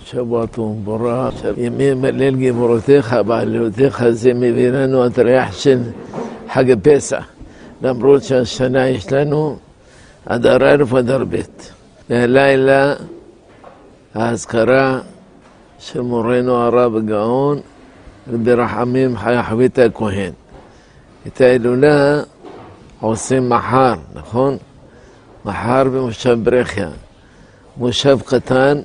שבוע טוב ומבורך, ימים מלל גיבורותיך, בעלותיך, זה מביא לנו את ריח של חג הפסח. למרות שהשנה יש לנו אדר א' ואדר ב'. והלילה האזכרה של מורנו הרב הגאון רבי רחמים חי חבית הכהן. את ההילולה עושים מחר, נכון? מחר במושב ברכיה, מושב קטן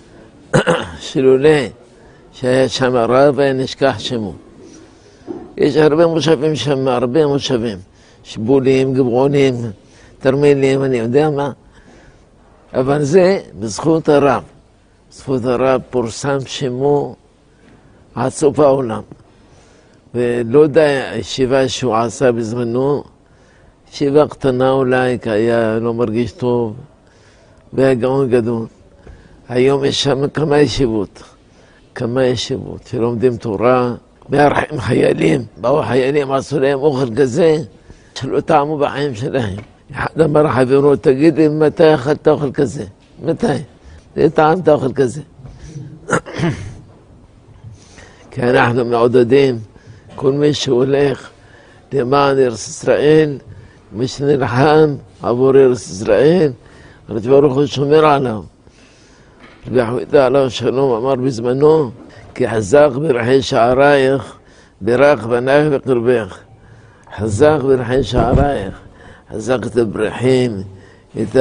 שלולא שהיה שם הרב ונשכח שמו. יש הרבה מושבים שם, הרבה מושבים, שבולים, גבעונים, תרמילים, אני יודע מה. אבל זה בזכות הרב. בזכות הרב פורסם שמו עד סוף העולם. ולא די הישיבה שהוא עשה בזמנו, ישיבה קטנה אולי, כי היה לא מרגיש טוב, והיה גאון גדול. היום יש שם כמה ישיבות שלומדים תורה, מארחים חיילים, באו חיילים, עשו להם אוכל כזה, שלא טעמו בחיים שלהם. אחד אמר חברו, תגיד לי, מתי אכלת אוכל כזה? מתי? זה טעמת אוכל כזה. כי אנחנו מעודדים, כל מי שהולך למען ארץ ישראל, מי שנלחם עבור ארץ ישראל, הקדוש ברוך הוא שומר עליו. רבי חבידה עליו שלום אמר בזמנו, כי חזק ברכי שערייך, ברך בנייך וקרבך. חזק ברכי שערייך, חזק את הברכים, את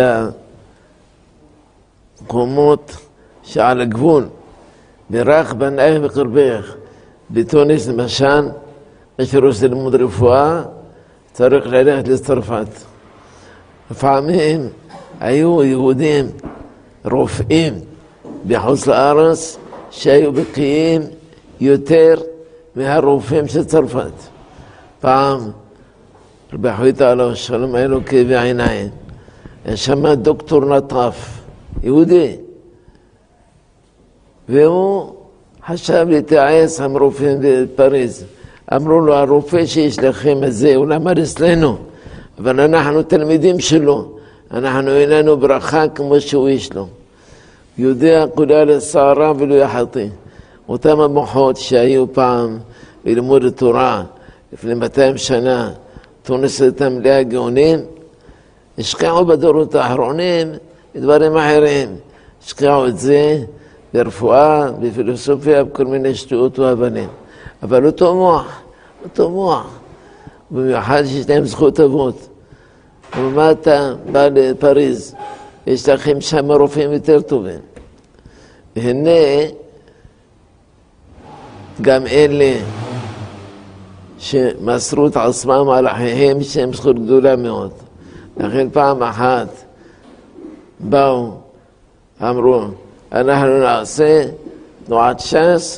המקומות שעל הגבול. ברך בנייך וקרבך. בתוניס למשל, מי שרוצה ללמוד רפואה, צריך ללכת לצרפת. לפעמים היו יהודים, רופאים, בחוץ לארץ, שהיו בקיאים יותר מהרופאים של צרפת. פעם, רבי חבידה עליו שלום, היה לו כאבי עיניים. יש שם דוקטור נטף, יהודי. והוא חשב להתייעץ עם רופאים בפריז. אמרו לו, הרופא שיש לכם הזה, הוא למד אצלנו, אבל אנחנו תלמידים שלו. אנחנו איננו ברכה כמו שהוא יש לו. יודע כולה לסערה ולא יחטיא. אותם המוחות שהיו פעם ללמוד התורה לפני 200 שנה, תונס אותם מלאה גאונים, השקעו בדורות האחרונים בדברים אחרים. השקעו את זה ברפואה, בפילוסופיה, בכל מיני שטויות והבנים. אבל אותו מוח. במיוחד שיש להם זכות אבות. ומה אתה בא לפריז? יש לכם שם רופאים יותר טובים. והנה, גם אלה שמסרו את עצמם על אחריהם, שהם זכות גדולה מאוד. לכן פעם אחת באו, אמרו, אנחנו נעשה תנועת ש"ס,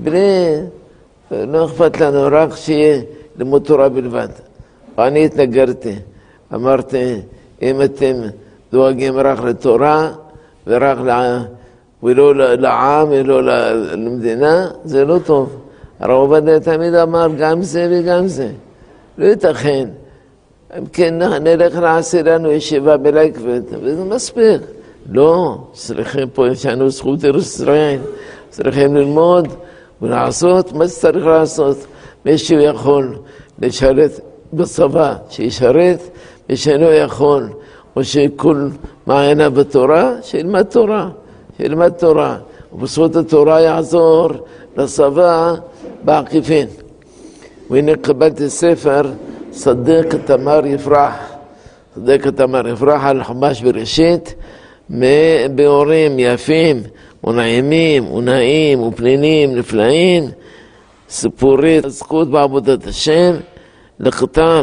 לא אכפת לנו, רק שיהיה לימוד תורה בלבד. ואני התנגרתי, אמרתי, אם אתם דואגים רק לתורה ולא לעם ולא למדינה, זה לא טוב. הרב עובדיה תמיד אמר גם זה וגם זה. לא ייתכן. אם כן נלך לעשות לנו ישיבה בלייקבט, וזה מספיק. לא, צריכים פה, יש לנו זכות ארץ ישראל, צריכים ללמוד ולעשות מה שצריך לעשות. מי שהוא יכול לשרת בצבא, שישרת, מי שאינו יכול, או שכל מעיינה בתורה, שילמד תורה. ובזכות התורה יעזור לצבא בעקיפין. והנה קבלתי ספר, צדיק תמר יפרח על חומש בראשית, ביאורים יפים ונעימים ונעים ופנינים נפלאים, סיפורי זכות בעבודת השם, לכתם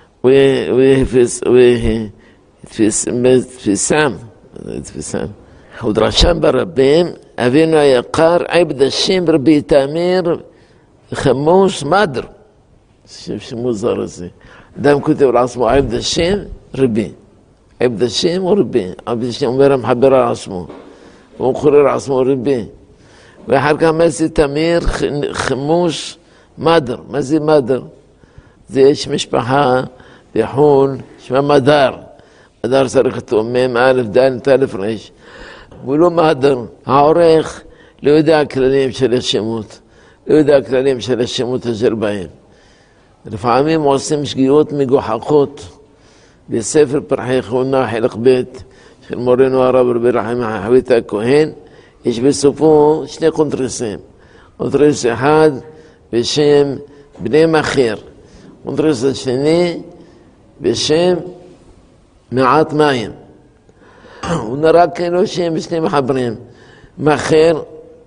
ותפיסם. עוד רשם ברבים, אבינו היקר, עבד השם רבי תמיר חמוש מדר. שמוזר הזה. אדם כותב לעצמו עבד השם רבי. עבד השם הוא רבי. עבד השם אומר המחבר על עצמו. הוא קורא לעצמו רבי. ואחר כך מה זה תמיר חמוש מדר. מה זה מדר? זה יש משפחה בחול, שמה מדר. מדר צריך לתומם א' ד' א' ר'. ולא מדר. העורך לא יודע כללים של השמות, לא יודע כללים של השמות אשר בהם. לפעמים עושים שגיאות מגוחכות. בספר פרחי כהונה חלק ב' של מורנו הרב רבי רחם החוויתה הכהן, יש בסופו שני קונטרסים. קונטרס אחד בשם בני מחיר, קונטרס השני בשם מעט מים. הוא נראה כאילו שהם שני מחברים. מחיר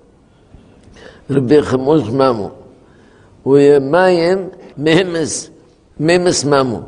רבי חמוש ממו, ומים ממס ממו.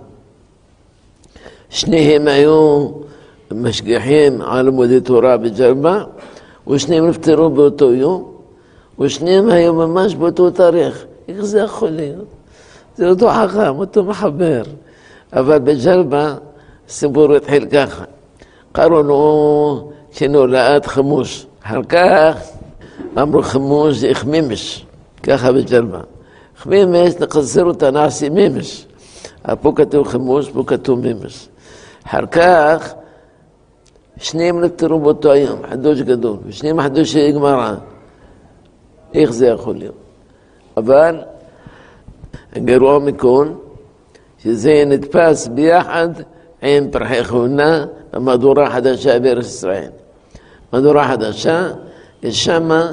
שניהם היו משגיחים על לימודי תורה בג'רבה, ושניהם נפטרו באותו יום, ושניהם היו ממש באותו תאריך. איך זה יכול להיות? זה אותו חכם, אותו מחבר. אבל בג'רבה הסיפור התחיל ככה. קראו לו שנולד חמוש. אחר כך אמרו חמוש זה חמימש, ככה בג'רבה. חמימש נחזר אותה נעשי מימש. פה כתוב חמוש, פה כתוב מימש. אחר כך שניהם נפטרו באותו היום, חדוש גדול, ושניהם חדושי גמרא. איך זה יכול להיות? אבל הגרוע מכל, שזה נתפס ביחד עם פרחי כהונה במהדורה חדשה בארץ ישראל. מהדורה חדשה, יש שמה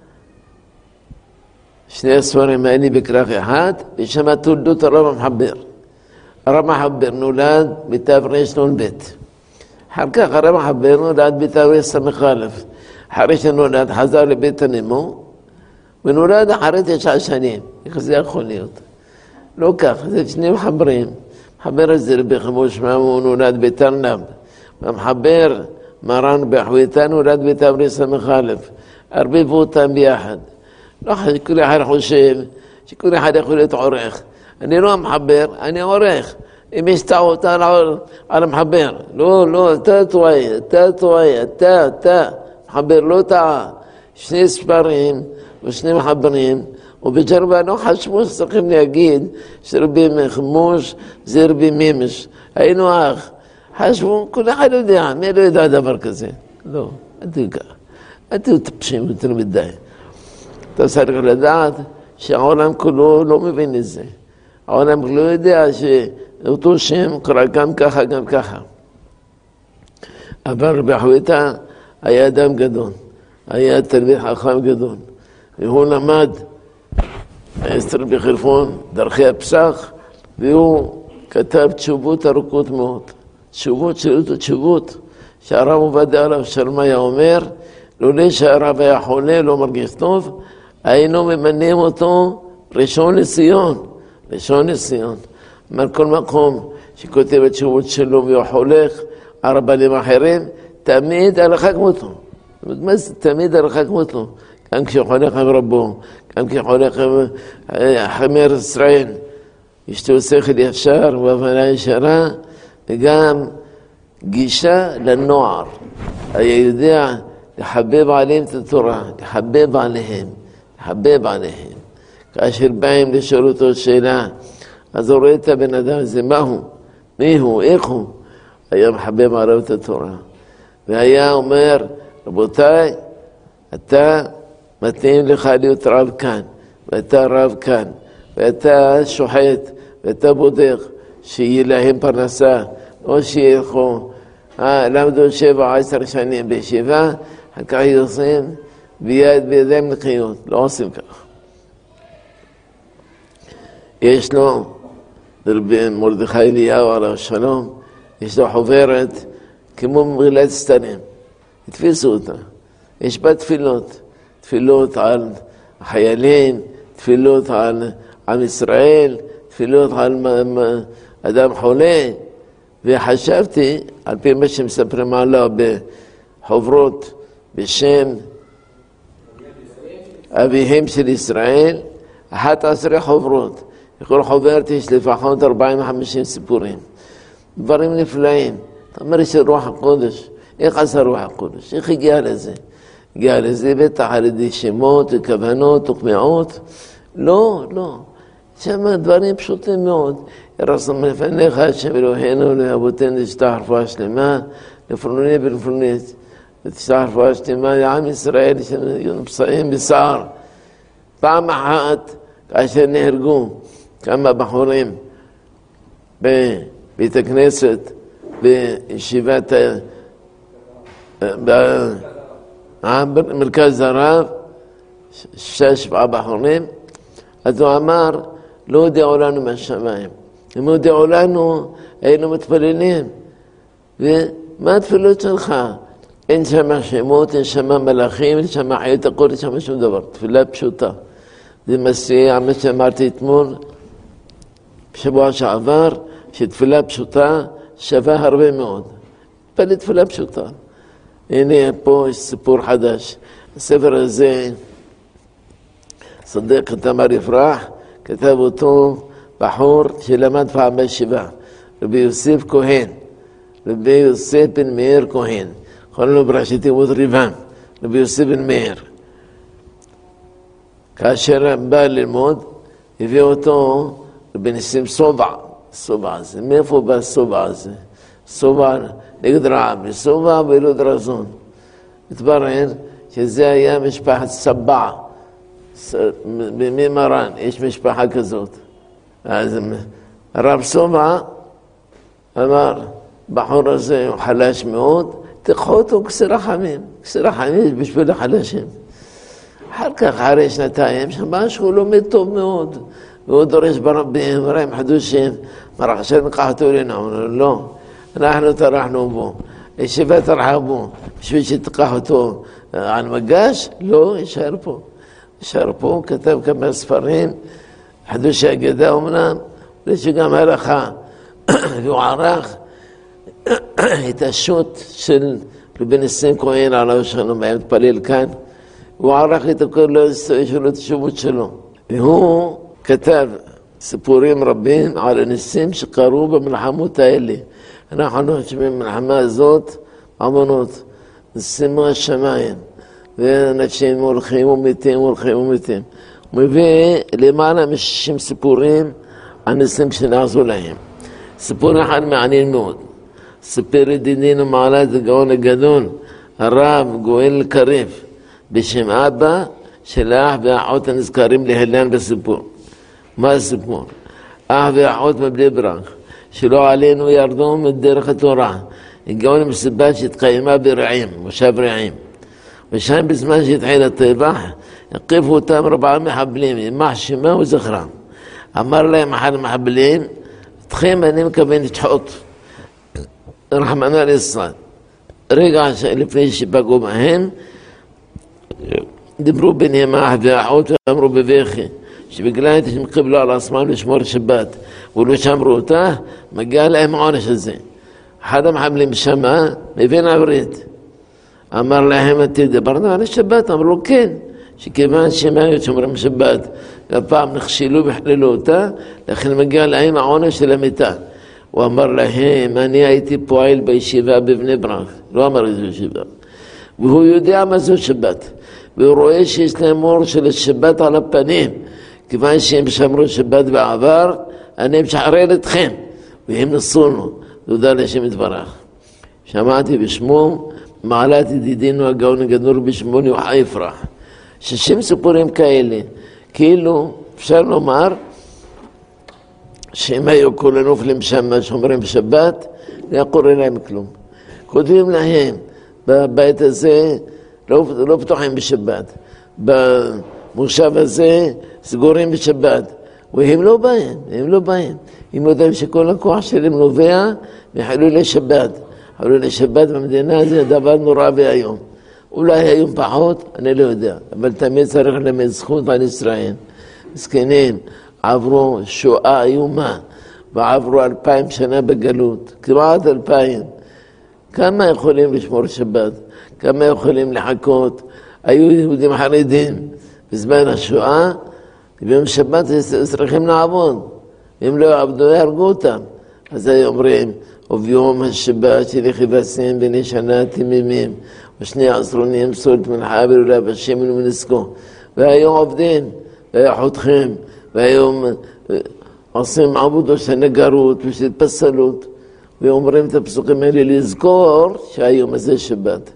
שני הספרים האלה בכרך אחד, ויש שמה תולדות הרב המחבר. הרב המחבר נולד בתרנ"ב. אחר כך הרב המחבר נולד בתרס"א. אחרי שנולד חזר לבית הנימו, ונולד אחרי 9 שנים. איך זה יכול להיות? לא כך, זה שני מחברים. מחבר הזה רבי חמוש ממו נולד בתרנ"ב. והמחבר מרן בחוויתה נולד בתרס"א. ערבבו אותם ביחד. לא שכל אחד חושב, שכל אחד יכול להיות עורך. אני לא המחבר, אני עורך. אם יש טעות על המחבר. לא, אתה טועה, אתה. מחבר לא טעה. שני ספרים ושני מחברים, ובג'רבה לא חשבו שצריכים להגיד שרבי חמוש זה רבי מימש. היינו אח. חשבו, כל אחד יודע, מי לא יודע דבר כזה? לא, אל תהיו טפשים יותר מדי. אתה צריך לדעת שהעולם כולו לא מבין את זה. העולם לא יודע שאותו שם קרא גם ככה, גם ככה. אבל רבי חוויתה היה אדם גדול, היה תלמיד חכם גדול, והוא למד אסתר בחרפון, דרכי הפסח, והוא כתב תשובות ארוכות מאוד. תשובות, שהרב עובדיה עליו שלום היה אומר, לולא שהרב היה חולה, לא מרגיש טוב, היינו ממנים אותו ראשון לציון. כל מקום שכותב את תשובות שלו והוא הולך, הרבנים אחרים, תמיד הלכה כמותו. מה זה תמיד הלכה כמותו? גם כשהולך עם רבו, גם כשהולך עם ארץ ישראל, אשתו שכל ישר והבנה ישרה, וגם גישה לנוער. היה יודע לחבב עליהם את התורה, לחבב עליהם. כאשר באים לשאול אותו שאלה, אז הוא רואה את הבן אדם, זה מהו? מי הוא? איך הוא? היה מחבב עליו את התורה. והיה אומר, רבותיי, אתה מתאים לך להיות רב כאן, ואתה רב כאן, ואתה שוחט, ואתה בודק, שיהיה להם פרנסה, או שילכו, למדו 7-10 שנים בישיבה, אחר כך יוצאים בידיים לחיות, לא עושים כך. יש לו, רבי מרדכי אליהו עליו שלום, יש לו חוברת כמו מגילת אסתר, התפיסו אותה. יש בה תפילות על החיילים, תפילות על עם ישראל, תפילות על אדם חולה, וחשבתי, על פי מה שמספרים עליו בחוברות בשם אביהם של ישראל, 11 חוברות. בכל חוברת יש לפחות 40-50 סיפורים. דברים נפלאים. אתה אומר שרוח הקודש, איך עשה רוח הקודש? איך הגיע לזה? הגיע לזה בטח על ידי שמות וכוונות וכמעות? לא. שם דברים פשוטים מאוד. ירחם לפניך השם אלוהינו לאבותינו שתח רפואה שלמה, לפלוני ולפלונית. ותשלח רפואה שלמה לעם ישראל שהיו פצועים בצער. פעם אחת כאשר נהרגו כמה בחורים בבית הכנסת בישיבת במרכז הרב, 6-7 בחורים, אז הוא אמר, לא הודיעו לנו מהשמיים. אם הודיעו לנו, היינו מתפללים. ומה התפילות שלך? אין שם שמות, אין שם מלאכים, אין שם חיות הקודש, אין שם שום דבר. תפילה פשוטה. זה מסיע מה שאמרתי אתמול, בשבוע שעבר, שתפילה פשוטה שווה הרבה מאוד. תפלל תפילה פשוטה. הנה פה יש סיפור חדש. הספר הזה, צדיק תמר יפרח, כתב אותו בחור שלמד פעם בישיבה, רבי יוסף כהן, רבי יוסף בן מאיר כהן, קוראים לו בראשי תיבות ריבם, רבי יוסף בן מאיר. כאשר בא ללמוד, הביא אותו רבי ניסים סובע הזה. מאיפה בא סובע הזה? סובע נגד רעב, סובע וילוד רזון. מתברר שזה היה משפחת סבע, במרן, יש משפחה כזאת. אז הרב סובע אמר, בחור הזה הוא חלש מאוד, תקחו אותו כסרחמים בשביל החלשים. אחר כך, אחרי שנתיים, שמע שהוא לומד טוב מאוד, והוא דורש ברבים, מראים חדושים, מרח שנקח אותו אלינו, אמרנו, לא, אנחנו טרחנו בו, הישיבה טרחה בו, בשביל שתקח אותו על מגש, לא, יישאר פה. יישאר פה, הוא כתב כמה ספרים, חדושי אגדה אומנם, שגם הלכה, והוא ערך את השו"ת של רבי ניסים כהן, עליו שלום, היה מתפלל כאן, הוא ערך את הכל, לא יש לו את השו"ת שלו. והוא כתב סיפורים רבים על הניסים שקרו במלחמות האלה. אנחנו חושבים במלחמה הזאת, אמנות, ניסים מהשמיים, ואנשים הולכים ומתים. הוא מביא למעלה מ-60 סיפורים על ניסים שנעזו להם. סיפור אחד מעניין מאוד. סיפר ידידינו מעלת הגאון הגדול, הרב גואל קריב, בשם אבא של האח והאחות הנזכרים להלן בסיפור. מה הסיפור? אח והאחות מבני ברק, שלא עלינו ירדו מדרך התורה. הגאון למסיבה שהתקיימה ברעים, מושב רעים. ושם בזמן שהתחיל הטבח, הקיפו אותם 4 מחבלים, יימח שמם וזכרם. אמר להם אחד המחבלים, אתכם אני מכוון לשחוט. רחמנא ליצלן. רגע לפני שפגעו בהם, דיברו ביניהם האח והאחות ואמרו בבכי, שבגלל שהם קיבלו על עצמם לשמור שבת, ולא שמרו אותה, מגיע להם העונש הזה. אחד המחבלים שמע, מבין עברית. אמר להם, אתם דיברנו על השבת? אמרו, כן, שכיוון שהם היו שומרים שבת, והפעם נכשלו והחללו אותה, לכן מגיע להם העונש של המיטה. הוא אמר להם, אני הייתי פועל בישיבה בבני ברק, לא אמר איזו ישיבה. והוא יודע מה זו שבת, והוא רואה שיש להם אור של השבת על הפנים, כיוון שהם שמרו שבת בעבר, אני משחרר אתכם, והם נסונו, תודה לשם יתברך. שמעתי בשמו, מעלת ידידינו הגאון הגדול בשמו יוחאי יפרח. 60 סיפורים כאלה, כאילו אפשר לומר שאם היו כולם נופלים שם שומרים בשבת, לא קורה להם כלום. כותבים להם, בבית הזה לא פתוחים בשבת, במושב הזה סגורים בשבת, והם לא באים. הם יודעים שכל הכוח שלהם נובע מחילולי שבת. חילולי שבת במדינה זה דבר נורא והיום. אולי היום פחות, אני לא יודע, אבל תמיד צריך למד זכות על ישראל. מסכנים, עברו שואה איומה, ועברו 2000 שנה בגלות, כמעט 2000. כמה יכולים לשמור שבת? כמה יכולים לחכות? היו יהודים חרדים בזמן השואה, ביום שבת צריכים לעבוד. אם לא יעבדו, יהרגו אותם. אז היו אומרים, וביום השבת שלי כבשים בני שנה תמימים, ושני עשרונים סולת מנחה ברולה בשם ומנסקו. והיו עובדים, והיו חותכים, והיו עושים עבודו של נגרות ושל פסלות, ואומרים את הפסוקים האלה לזכור שהיום הזה שבת.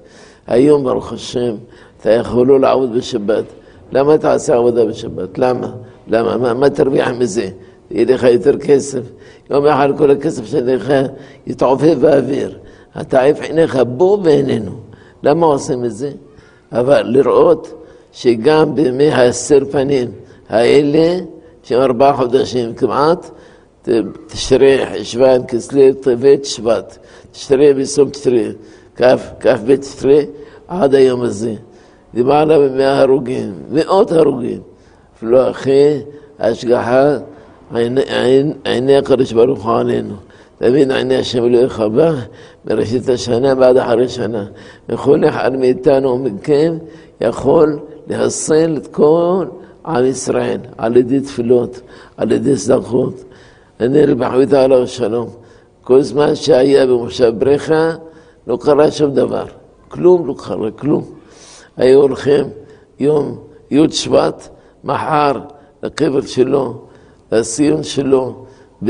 היום ברוך השם, אתה יכול לא לעבוד בשבת. למה תעשה עבודה בשבת? למה? מה תרוויח מזה? יהיה לך יותר כסף. יום אחד כל הכסף שלך יתעופף באוויר. אתה עף עיניך בו בעינינו. למה עושים את זה? אבל לראות שגם בימי העשר פנים האלה, שהם 4 חודשים כמעט, תשרי, חשוון, כסלו, טבת, שבט. תשרי בסוף תשרי, כף בית תשרי, עד היום הזה. למעלה מ100 הרוגים, מאות הרוגים. אפילו אחרי ההשגחה, עיני הקדוש ברוך הוא עלינו. תמיד עיני השם לא יחבא, מראשית השנה ועד אחרי שנה. וכל אחד מאיתנו ומכם יכול להסל את כל עם ישראל, על ידי תפילות, על ידי צדקות. אני רבי חביתה עליו השלום. כל זמן שהיה במושב ברכה, לא קרה שום דבר. כלום לא קרה, כלום. היו הולכים יום י' שבט, מחר לקבר שלו, לציון שלו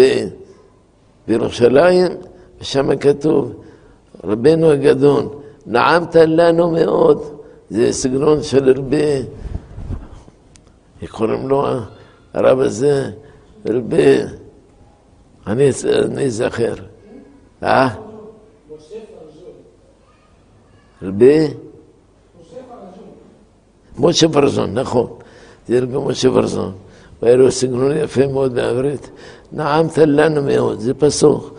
בירושלים, ושם כתוב, רבנו הגדול, נעמת לנו מאוד, זה סגנון של רבי, איך קוראים לו הרב הזה, רבי, אני זכר, רבי? משה פרזון, נכון, זה רבי משה פרזון. והיה לו סגנון יפה מאוד בעברית. נעמת לנו מאוד, זה פסוק.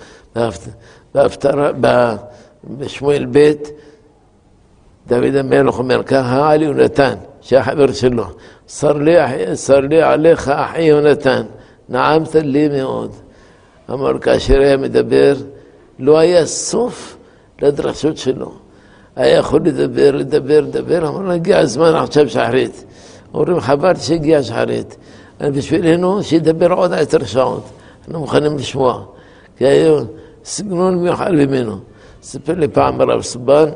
בשמואל ב' דוד המלך אומר ככה על יונתן, שהחבר שלו, שר לי עליך אחי יונתן, נעמת לי מאוד. אמר כאשר היה מדבר, לא היה סוף לדרשות שלו. היה יכול לדבר, אמר הגיע הזמן עכשיו שחרית. אומרים חבל שהגיע שחרית. בשבילנו שידבר עוד 10 שעות, אנחנו מוכנים לשמוע, כי היה סגנון מיוחד ממנו. ספר לי פעם הרב סבן,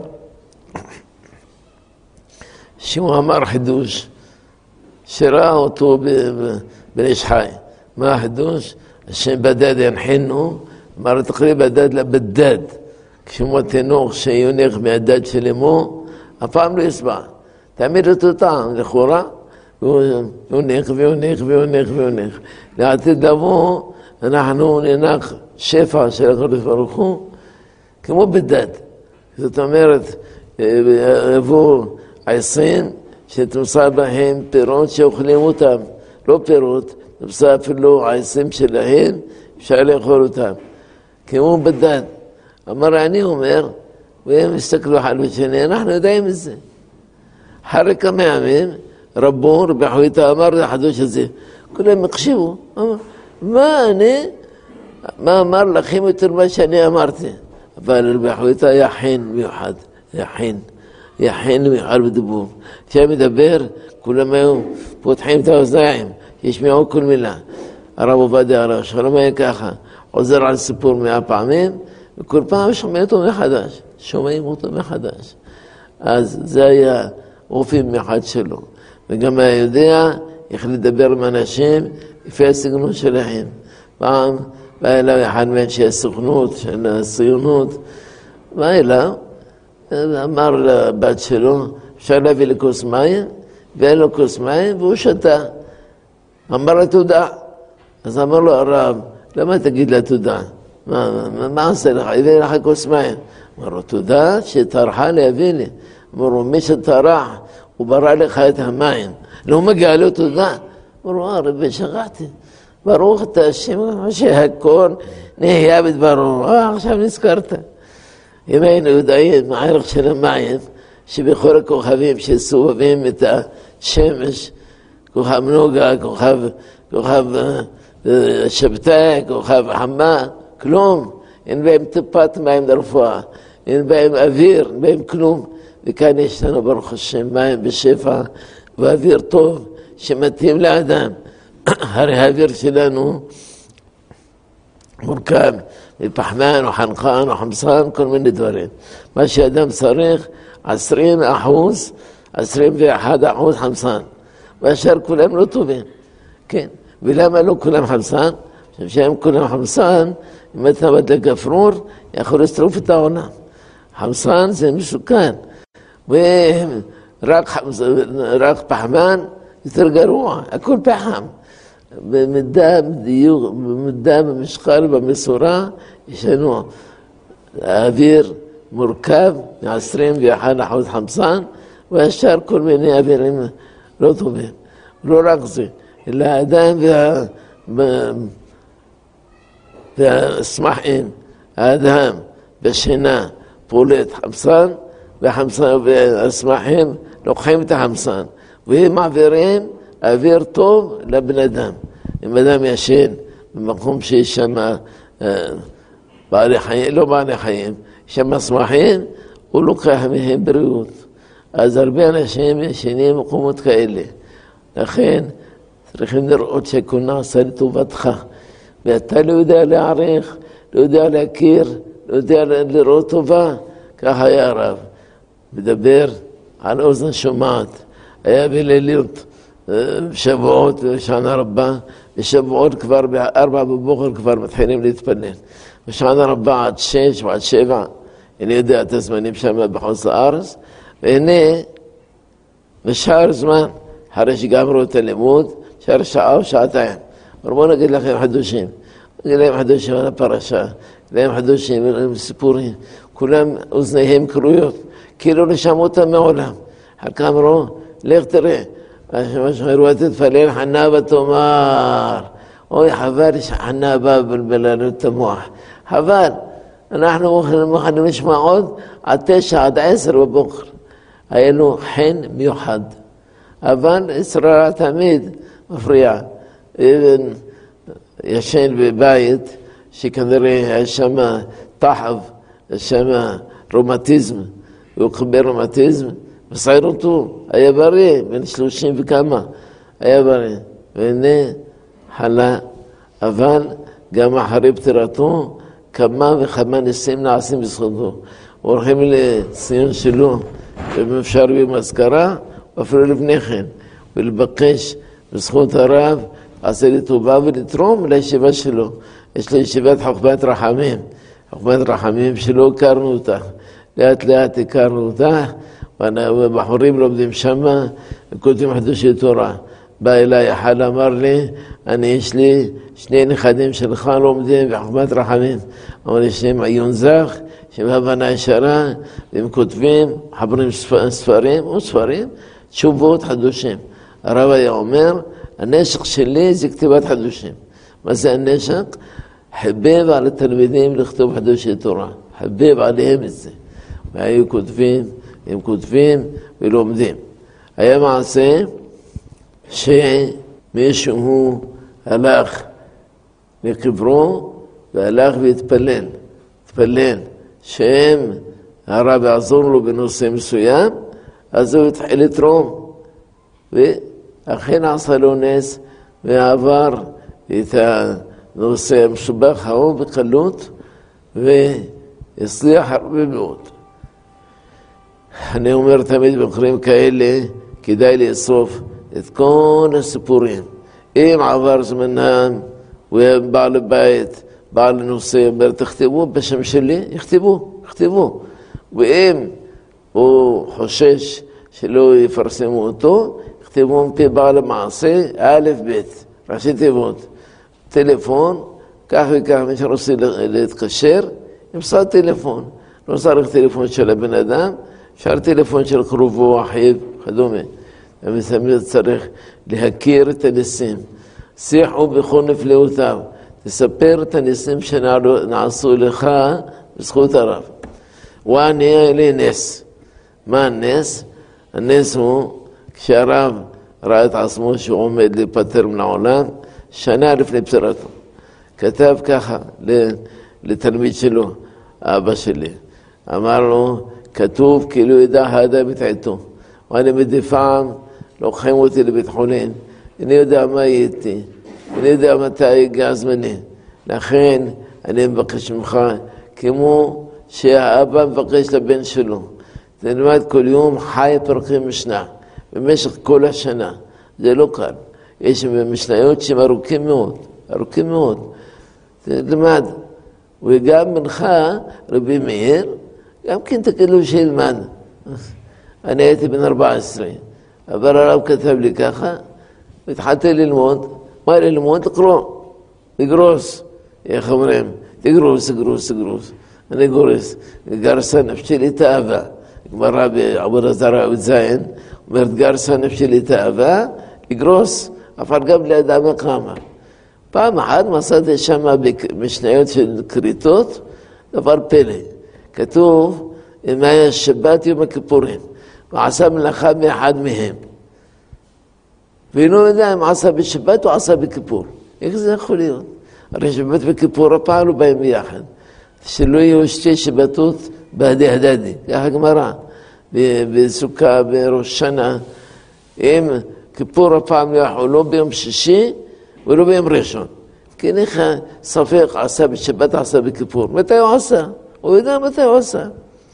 שהוא אמר חידוש, שראה אותו בנש חי. מה החידוש? השם בדד ינחינו, אמר תקריב בדד לבדד, כשמו תינוק שיונך מהדד של אמו, הפעם לא יסבע. תמיד אותו טעם, לכאורה, ויונך. לעתיד לבוא, אנחנו ננח שפע של הקדוש ברוך הוא, כמו בדד. זאת אומרת, יבוא 20, שתמסר בהם פירות שאוכלים אותם. לא פירות, תמסר אפילו 20 שלהם, אפשר לאכול אותם. כמו בדד. אמר, אני אומר, והם הסתכלו אחד בשני, אנחנו יודעים את זה. אחרי כמה ימים, רבו, רבי חביתה אמר לחדוש הזה, כולם הקשיבו, מה אמר לכם יותר מה שאני אמרתי? אבל רבי חביתה היה חין מיוחד, היה חין מיוחד בדיבור. כשהיה מדבר, כולם היו פותחים את האוזניים, ישמעו כל מילה. הרב עובדיה עליו שלום היה ככה, עוזר על סיפור 100 פעמים, וכל פעם שומעים אותו מחדש. אז זה היה אופי מיוחד שלו. וגם היה יודע איך לדבר עם אנשים לפי הסגנון שלהם. פעם בא אליו אחד מאנשי הסוכנות, של הציונות, בא אליו, אמר לבת שלו, אפשר להביא לכוס מים, ואין לו כוס מים, והוא שתה. אמר לה תודה. אז אמר לו הרב, למה תגיד לה תודה? מה עושה לך? הביא לך כוס מים. אמר לו, תודה שטרחה להביא לי. אמר לו, מי שטרח, הוא ברא לך את המים. לא מגיע לו תודה. אמר לו, רבי, שכחתי. ברוך אתה השם, שהכל נהיה בדברו. עכשיו נזכרת. אם היינו יודעים מה הערך של המים, שבכל הכוכבים שסובבים את השמש, כוכב נוגה, כוכב שבתאי, כוכב חמה, כלום. אין בהם טיפת מים לרפואה, אין בהם אוויר, אין בהם כלום. וכאן יש לנו ברוך השם מים בשפע ואוויר טוב שמתאים לאדם. הרי האוויר שלנו מורכב מפחמן או חנקן או חמצן, כל מיני דברים. מה שאדם צריך 20%, 21% חמצן. והשאר כולם לא טובים. כן. ולמה לא כולם חמצן? שהם כולם חמצן, אם אתה מדליק גפרור, יכול לשרוף את העולם. חמצן זה מסוכן. ורק פחמן יותר גרוע, הכל פחם. במידה, בדיוק, במידה, במשקל, במשורה, יש לנו האוויר מורכב מ-21% חמצן, והשאר כל מיני אווירים לא טובים. לא רק זה, אלא האדם והסמכים, האדם בשינה פולט חמצן, והסמכים לוקחים את החמצן, והם מעבירים אוויר טוב לבן אדם. אם אדם ישן במקום שיש שם בעלי חיים, לא בעלי חיים, יש שם סמכים, הוא לוקח מהם בריאות. אז הרבה אנשים ישנים במקומות כאלה. לכן צריכים לראות שכל נעשה לטובתך. ואתה לא יודע להעריך, לא יודע להכיר, לא יודע לראות טובה. ככה היה הרב. מדבר על אוזן שומעת. היה בלילות שבועות בשענה רבה, בשבועות כבר ב4 בבוקר כבר מתחילים להתפלל. בשענה רבה עד 6 ועד 7, אני יודע את הזמנים שם בחוץ לארץ, והנה בשאר זמן, אחרי שגמרו את הלימוד, שאר שעה או שעתיים. בואו נגיד לכם חדושים, נגיד להם חדושים על הפרשה, נגיד להם חדושים, סיפורים, כולם אוזניהם קרויות, כאילו לא שמעו אותם מעולם. אחר כך אמרו, לך תראה, מה תתפלל חנה ותאמר, אוי חבל שחנה באה ובלבלה את המוח, חבל, אנחנו מוכנים לשמוע עוד עד 9 עד 10 בבוקר. היה לו חן מיוחד, אבל ישראל תמיד מפריע. ישן בבית שכנראה היה שם תחב, שם רומטיזם, הוא קיבל רומטיזם, מסעיר אותו, היה בריא, בן 30 וכמה, היה בריא, והנה חלה, אבל גם אחרי פטירתו, כמה וכמה ניסים נעשים בזכותו. הולכים לציון שלו, ואפשר במזכרה, ואפילו לפני כן, ולבקש בזכות הרב, עשה לי טובה ולתרום לישיבה שלו. יש לו ישיבת חוכמת רחמים, חוכמת רחמים שלא הכרנו אותה, לאט לאט הכרנו אותה, ובחורים לומדים שמה, וכותבים חידושי תורה. בא אליי אחד אמר לי, יש לי 2 נכדים שלך לומדים בחוכמת רחמים. אמר לי שהם עיון זך, שהם הבנה ישרה, והם כותבים, חברים ספרים, תשובות חדושים. הרב היה אומר, הנשק שלי זה כתיבת חדושים. מה זה הנשק? חבב על התלמידים לכתוב חידושי תורה. חבב עליהם את זה. והיו כותבים, הם כותבים ולומדים. היה מעשה שמישהו הלך לקברו והלך והתפלל. התפלל שהם הרב יעזור לו בנושא מסוים, אז הוא התחיל לתרום. ואכן עשה לו נס ועבר את הנושא המשובח ההוא בקלות והצליח הרבה מאוד. אני אומר תמיד במקרים כאלה, כדאי לאסוף את כל הסיפורים. אם עבר זמנם, והם בעל הבית, בעל הנושא, אומר, תכתבו בשם שלי, יכתבו. ואם הוא חושש שלא יפרסמו אותו, יכתבו מפי בעל המעשה, א' ב', ראשי תיבות, טלפון, כך וכך, מי שרוצה להתקשר, ימסר טלפון. לא צריך טלפון של הבן אדם, אפשר טלפון של קרובו, אחיו, כדומה. ותמיד צריך להכיר את הניסים. שיחו בכל נפלאותיו. תספר את הניסים שנעשו לך בזכות הרב. ואני לי נס. מה הנס? הנס הוא כשהרב ראה את עצמו שהוא עומד להיפטר מן העולם, שנה לפני פטירתו. כתב ככה לתלמיד שלו, אבא שלי. אמר לו, כתוב כאילו ידע האדם את עיתו. ואני מדי פעם לוקחים אותי לבית חולים. אני יודע מה הייתי. אני יודע מתי הגיע זמני. לכן אני מבקש ממך, כמו שהאבא מבקש לבן שלו. תלמד כל יום חי פרקי משנה, במשך כל השנה. זה לא קל. יש משניות שהם ארוכים מאוד. תלמד. וגם מנחה רבי מאיר, גם כן תקלו שילמד. אני הייתי בן 14, אבל הרב כתב לי ככה, והתחלתי ללמוד. מה ללמוד? לקרוא, לגרוס, איך אומרים? תגרוס. אני גורס, גרסה נפשי לי תאווה. גמרא בעבודה זרה וזין, אומרת גרסה נפשי לי תאווה, לגרוס, אבל גם לאדם הקמה. פעם אחת מצאתי שם במשניות של כריתות, דבר פלא. כתוב, אם היה שבת יום הכיפורים, ועשה מלאכה באחד מהם. ואינו יודע אם עשה בשבת או עשה בכיפור. איך זה יכול להיות? הרי שבת וכיפור הפעלו בהם ביחד. שלא יהיו שתי שבתות בהדי, ככה גמרא. בסוכה, בראש שנה, אם כיפור הפעם יחול לא ביום שישי ולא ביום ראשון. כי ניחא ספק עשה בשבת, עשה בכיפור. מתי הוא עשה? הוא יודע מתי הוא עשה.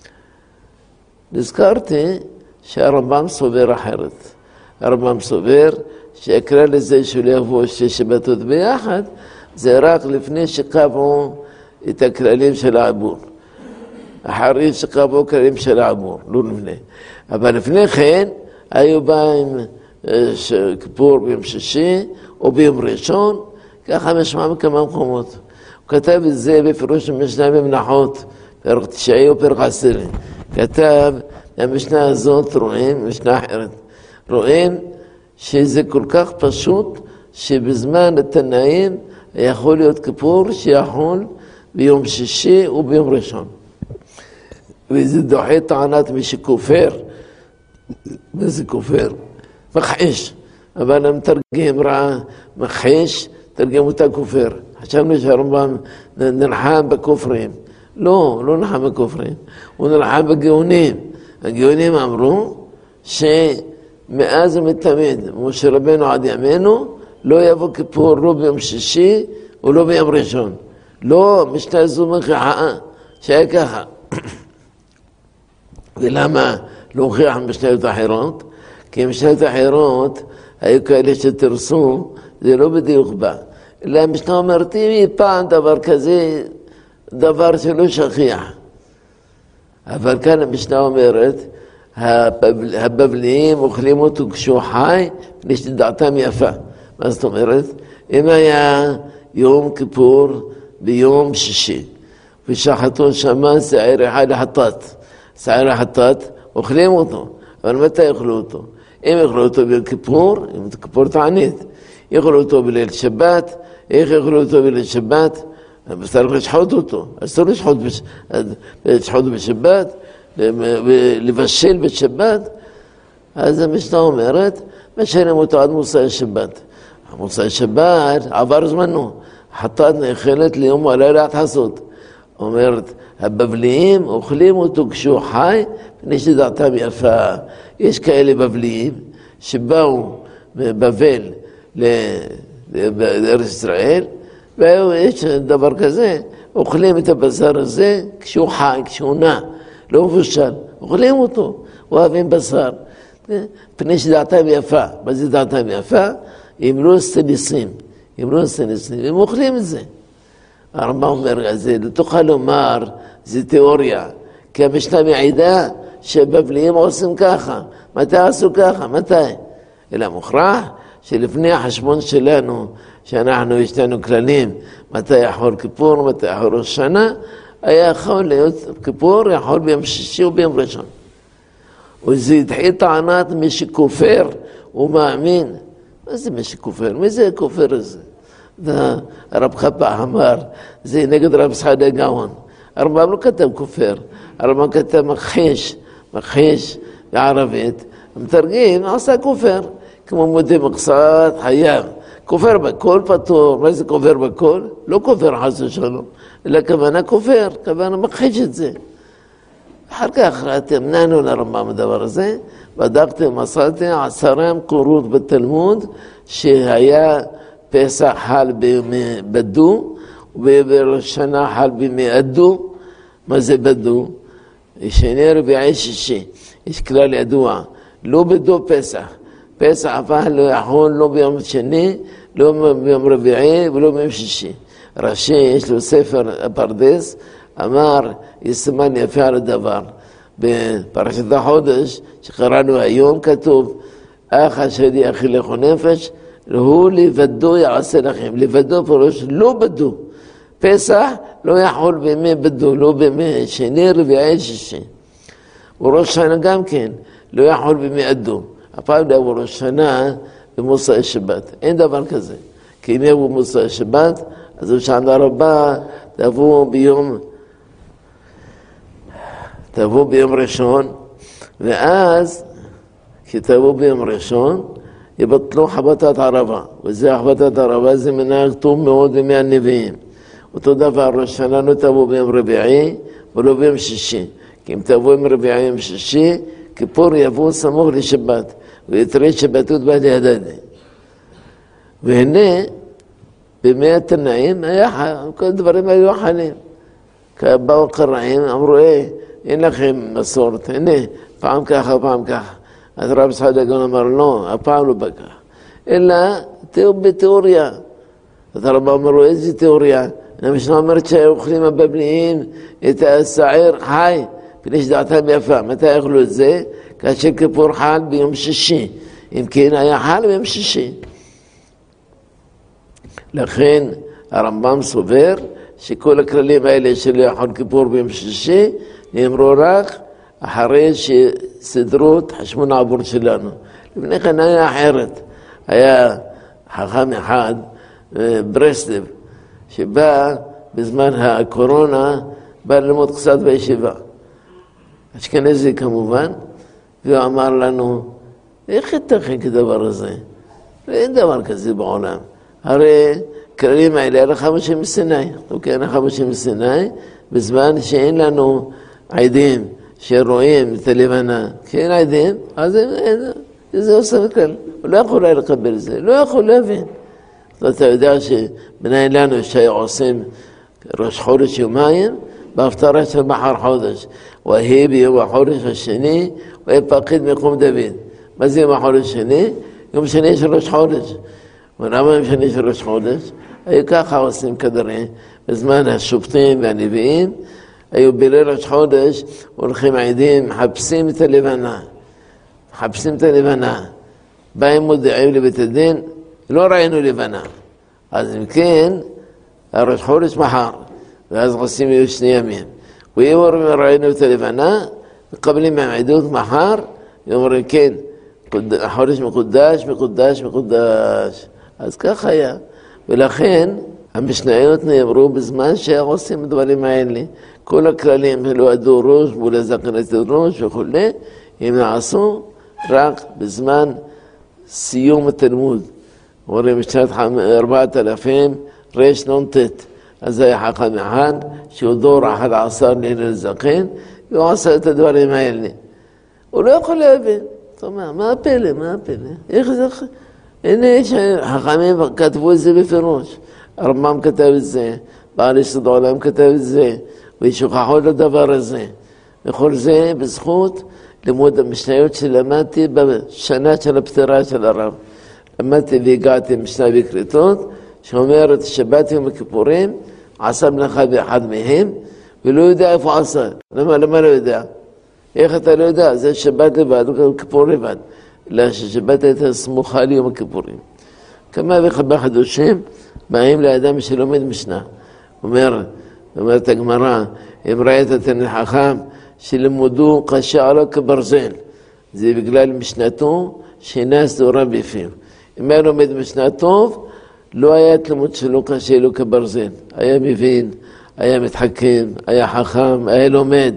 נזכרתי שהרמב"ם סובר אחרת. הרמב"ם סובר שיקרא לזה שלא יבואו שתי שבתות ביחד, זה רק לפני שקבעו את הכללים של העבור. אחרי שקבעו כללים של העבור, לא לפני. אבל לפני כן, היו באים כיפור ביום שישי או ביום ראשון, ככה משמע מכמה מקומות. הוא כתב את זה בפירוש המשנה במנחות, פרק 9 או פרק 10. כתב, המשנה הזאת רואים, משנה אחרת. רואים שזה כל כך פשוט, שבזמן התנאים יכול להיות כיפור שיחול ביום שישי וביום ראשון. וזה דוחה טענת מי שכופר. מה זה כופר? מכחיש. אבל המתרגם ראה מכחיש, תרגם אותה כופר. חשבנו שהרמב"ם נלחם בכופרים. לא נלחם בכופרים. הוא נלחם בגאונים. הגאונים אמרו שמאז ומתמיד, משה רבנו עד ימינו, לא יבוא כיפור לא ביום שישי ולא ביום ראשון. לא, משנה זו מכיחה, שהיה ככה. ולמה לא הוכיח משניות אחרות? כי משניות אחרות היו כאלה שתרסו, זה לא בדיוק בא. אלא המשנה אומרת, אם פעם דבר כזה, דבר שלא שכיח. אבל כאן המשנה אומרת, הבבליים אוכלים אותו כשהוא חי, מפני שדעתם יפה. מה זאת אומרת? אם היה יום כיפור ביום שישי, ושחטו שמה שעיר אחד לחטאת. שעיר החטאת, אוכלים אותו. אבל מתי אוכלו אותו? אם אוכלו אותו ביום כיפור, אם זה כיפור תענית, יאכלו אותו בליל שבת, איך יאכלו אותו בליל שבת? צריך לשחוט אותו. אז צריך לשחוט בשבת, לבשל בשבת. אז המשנה אומרת, משלם אותו עד מוצאי שבת. מוצאי שבת עבר זמנו. חטאת נאכלת ליום ולילה עד חסות. אומרת, הבבליים אוכלים אותו כשהוא חי, פני שדעתם יפה. יש כאלה בבליים שבאו בבבל לארץ ישראל, ויש דבר כזה, אוכלים את הבשר הזה כשהוא חי, כשהוא נע, לא מבושל, אוכלים אותו, אוהבים בשר, פני שדעתם יפה. מה זה דעתם יפה? הם לא סטניסים, הם אוכלים את זה. הרמב"ם אומר, זה לא תוכל לומר, זה תיאוריה, כי המשנה מעידה שבבליים עושים ככה. מתי עשו ככה? מתי? אלא מוכרח שלפני החשבון שלנו, שאנחנו יש לנו כללים, מתי יכול כיפור, מתי יכול ראש שנה, היה יכול להיות כיפור, יכול ביום שישי או ביום ראשון. וזה התחיל טענת מי שכופר, הוא מאמין. מה זה מי שכופר? מי זה הכופר הזה? הרב חפ"א אמר, זה נגד רב סעדיה גאון. הרמב"ם לא כתב כופר, הרמב"ם כתב מכחיש בערבית. המתרגם עשה כופר, כמו מודה מקצת, חייב. כופר בכל פטור. מה זה כופר בכל? לא כופר חס ושלום, אלא כוונה כופר, כוונה מכחיש את זה. אחר כך תמנענו לרמב"ם הדבר הזה, בדקתי ומצאתי 10 מקורות בתלמוד שהיה פסח חל בדו, ובראש שנה חל בימי אדו. מה זה בדו? שני רביעי שישי. יש כלל ידוע, לא בדו פסח. פסח אבל לא יכול לא ביום שני, לא ביום רביעי ולא ביום שישי. רש"י, יש לו ספר הפרדס, אמר, יש סימן יפה על הדבר. בפרשת החודש שקראנו היום כתוב, אח אשר יאכילכו נפש, הוא לבדו יעשה לכם. לבדו פירוש לא בדו. פסח לא יכול בימי בדו, לא בימי שני, רביעי, שישי. וראש שנה גם כן, לא יכול בימי אדו. הפעם דאבו ראש שנה במוסאי שבת. אין דבר כזה. כי אם יבוא במוסאי שבת, אז בשנה רבה תבוא ביום ראשון, ואז כשתבוא ביום ראשון, יבטלו חבטת ערבה. וזה חבטת ערבה, זה מנהג טוב מאוד בימי הנביאים. אותו דבר, ראש שנה לא תבוא ביום רביעי, ולא ביום שישי. כי אם תבוא ביום רביעי ביום שישי, כיפור יבוא סמוך לשבת, ויתרי שבתות בעד ידדי. והנה, בימי התנאים, כל הדברים היו חלים. באו קראים, אמרו, אין לכם מסורת, הנה, פעם ככה, פעם ככה. אז רב יצחק הגאון אמר, לא, הפעם לא בכך. אלא בתיאוריה. אז הרב אמרו, איזה תיאוריה? המשנה אומרת שהאוכלים הבבליים את השעיר חי, פני שדעתם יפה. מתי אכלו את זה? כאשר כיפור חל ביום שישי. אם כן, היה חל ביום שישי. לכן הרמב"ם סובר שכל הכללים האלה של יום כיפור ביום שישי נאמרו רק אחרי שסדרו את חשבון העבור שלנו. לפני כן היה אחרת. היה חכם אחד, ברסלב, שבא בזמן הקורונה, בא ללמוד קצת בישיבה. אשכנזי כמובן, והוא אמר לנו, איך ייתכן כדבר הזה? אין דבר כזה בעולם. הרי כללים האלה, הלכה משה מסיני. אוקיי, הלכה משה מסיני, בזמן שאין לנו עדים שרואים את הלבנה, כי אין עדים, אז זה עושה מכלל. הוא לא יכול היה לקבל את זה, לא יכול להבין. אתה יודע שבניים לנו שעושים ראש חודש יומיים, בהפטרה של מחר חודש. והיא ביום החודש השני, והיה פקיד מקום דוד. מה זה יום החודש השני? יום שני של ראש חודש. ולמה יום שני של ראש חודש? היו ככה עושים כדרי, בזמן השופטים והנביאים, היו בליל ראש חודש, הולכים עדים, מחפשים את הלבנה. מחפשים את הלבנה. באים מודיעים לבית הדין, לא ראינו לבנה. אז אם כן, הראש חודש מחר, ואז עושים יהיו 2 ימים. ואם ראינו את הלבנה, מקבלים מהם עדות מחר, ואומרים כן, החודש מקודש, מקודש, מקודש. אז כך היה. ולכן, המשניות נאמרו בזמן שעושים דברים האלה. כל הכללים, לא עדו ראש, מול זקנת ראש וכו', הם נעשו רק בזמן סיום התלמוד. אומרים בשנת 4000 רש נ"ט. אז זה היה חכם אחד, שהוא דור 11 להלל זקן, והוא עשה את הדברים האלה. הוא לא יכול להבין. אתה אומר, מה הפלא? מה הפלא? איך זה? הנה, חכמים כתבו את זה בפירוש. הרמב"ם כתב את זה, בעל יסוד העולם כתב את זה, ושוכחו לדבר הזה. וכל זה בזכות לימוד המשניות שלמדתי בשנה של הפטירה של הרב. למדתי והגעתי משנה בקריטות, שאומרת שבת יום הכיפורים, עשה מלאכה באחד מהם, ולא יודע איפה עשה. למה לא יודע? איך אתה לא יודע? זה שבת לבד, כיפור לבד. אלא ששבת הייתה סמוכה ליום הכיפורים. כמה וכמה חידושים באים לאדם שלומד משנה. אומרת הגמרא, אם ראית תלמיד חכם שלימודו קשה עליו כברזל, זה בגלל משנתו שאינה סדורה בפיו. אם היה לומד משנה טוב, לא היה את לימוד שלו קשה לו כברזל. היה מבין, היה מתחכם, היה חכם, היה לומד.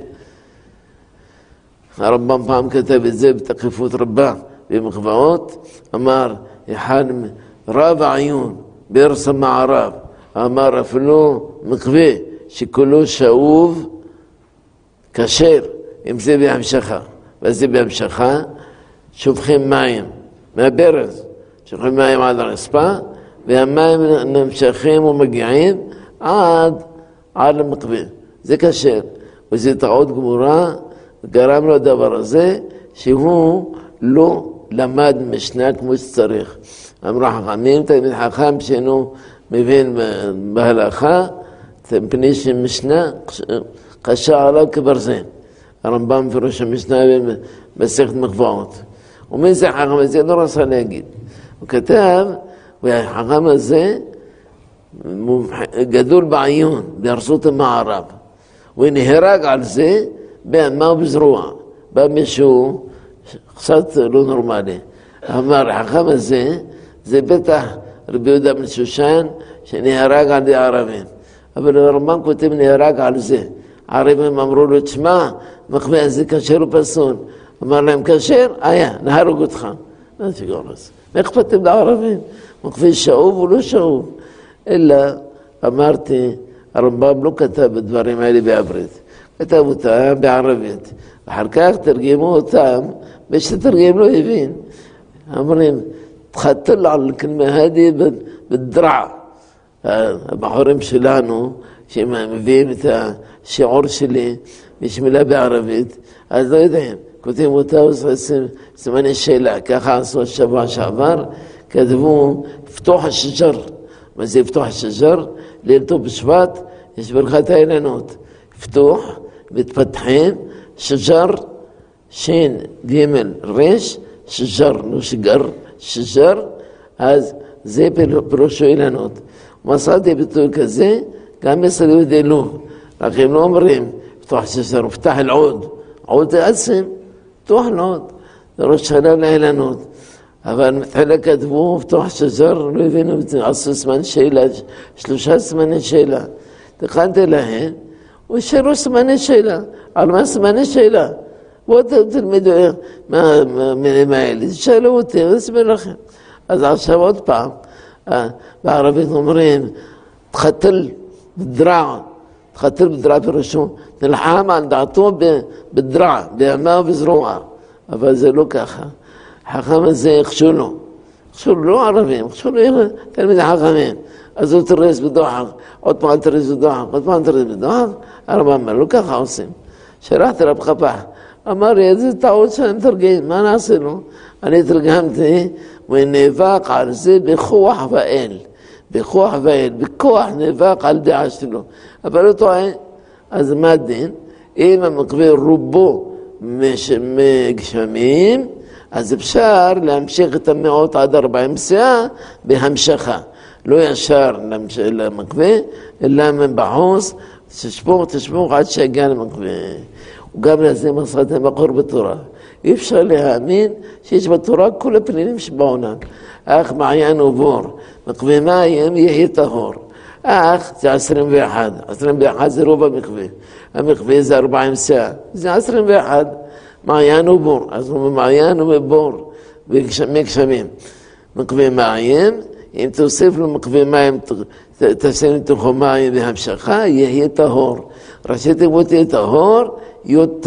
הרמב"ם פעם כתב את זה בתקיפות רבה במחוואות, אמר, אחד רב העיון בארץ המערב, אמר אפילו מקווה שכולו שאוב כשר, אם זה בהמשכה. וזה בהמשכה, שופכים מים מהברז, שופכים מים עד הרצפה, והמים נמשכים ומגיעים עד למקווה. זה כשר, וזה טעות גמורה, גרם לו הדבר הזה, שהוא לא למד משנה כמו שצריך. אמרו חכמים, תלמיד חכם שאינו מבין בהלכה, מפני שמשנה קשה עליו כברזל. הרמב"ם וראש המשנה במסכת מקוואות. ומי זה החכם הזה? לא רצה להגיד. הוא כתב, והחכם הזה גדול בעיון, בארצות המערב. הוא נהרג על זה באמה ובזרוע. בא מישהו קצת לא נורמלי. אמר, החכם הזה, זה בטח רבי יהודה בן שושן, שנהרג על ידי ערבים. אבל הרמב"ם כותב נהרג על זה. הערבים אמרו לו, תשמע, מחווה הזה כשר ופסול. אמר להם, כשר? נהרוג אותך. מה אכפתם לערבים? מחווה שאוב או לא שאוב? אלא, אמרתי, הרמב"ם לא כתב בדברים האלה בעברית. כתב אותם בערבית. אחר כך תרגמו אותם, ושתרגם לא הבין. אמרים, תחתל על כלמה הדי בדרע. הבחורים שלנו, שהם מביאים את השיעור שלי, יש מילה בערבית, אז לא יודעים. כותבים אותה סימני שאלה. ככה עשו השבוע שעבר, כתבו, פתוח השג'ר. מה זה פתוח השג'ר? ליל ט"ו בשבט, יש ברכת האילנות. פתוח, מתפתחים, שג'ר, שין, גימל, רש, שג'ר, לא שגר, שג'ר, אז זה פירושו אילנות. מצאתי ביטוי כזה, גם אצל יהודי לוב. רק הם לא אומרים, פתוח שג'ר, פתח אל-עוד. עוד זה עצם, פתוח אל-עוד. זה ראש שנה לאילנות. אבל מתחילה כתבו, פתוח שג'ר, לא הבינו, עשו סימן שאלה, 3 סימני שאלה. תכנתי להן, ושאלו סימני שאלה. על מה סימני שאלה? בואו תלמידו מהמילים האלה, תשאלו אותי, אני אסביר לכם. אז עכשיו עוד פעם, בערבית אומרים, תחתל בדרע, תחתל בדרע פירושו, נלחם על דעתו בדרע, באמה ובזרוע. אבל זה לא ככה. החכם הזה יחשו לו. יחשו לו לא ערבים, יחשו לו תלמידי חכמים. אז הוא תרס בדוחק, עוד פעם תרס בדוחק, עוד פעם תרס בדוחק. הרמב"ם אמר, לא ככה עושים. שלחתי רב חפ"ח. אמר לי, איזה טעות שאני מתרגם, מה נעשה לו? אני תרגמתי, ונאבק על זה בכוח ואל. בכוח ואל, בכוח נאבק על דעה שלו. אבל הוא טועה, אז מה הדין? אם המקווה רובו מגשמים, אז אפשר להמשיך את המאות עד 40 סאה בהמשכה. לא ישר למקווה, אלא מבחוץ, תשפוך עד שיגיע למקווה. וגם לזה מסרתם מקור בתורה. אי אפשר להאמין שיש בתורה כל הפנינים שבעולם. אך מעיין ובור, מקווה מים יהיה טהור. אך זה 21, 21 זה רוב המקווה. המקווה זה 40 סאה, זה 21. מעיין ובור, אז הוא ממעיין ומבור, מגשמים. מקווה מים, אם תוסיף לו מקווה מים, תשים לתוכו מים בהמשכה, יהיה טהור. ראשי תיבות יהיה טהור, יוטט,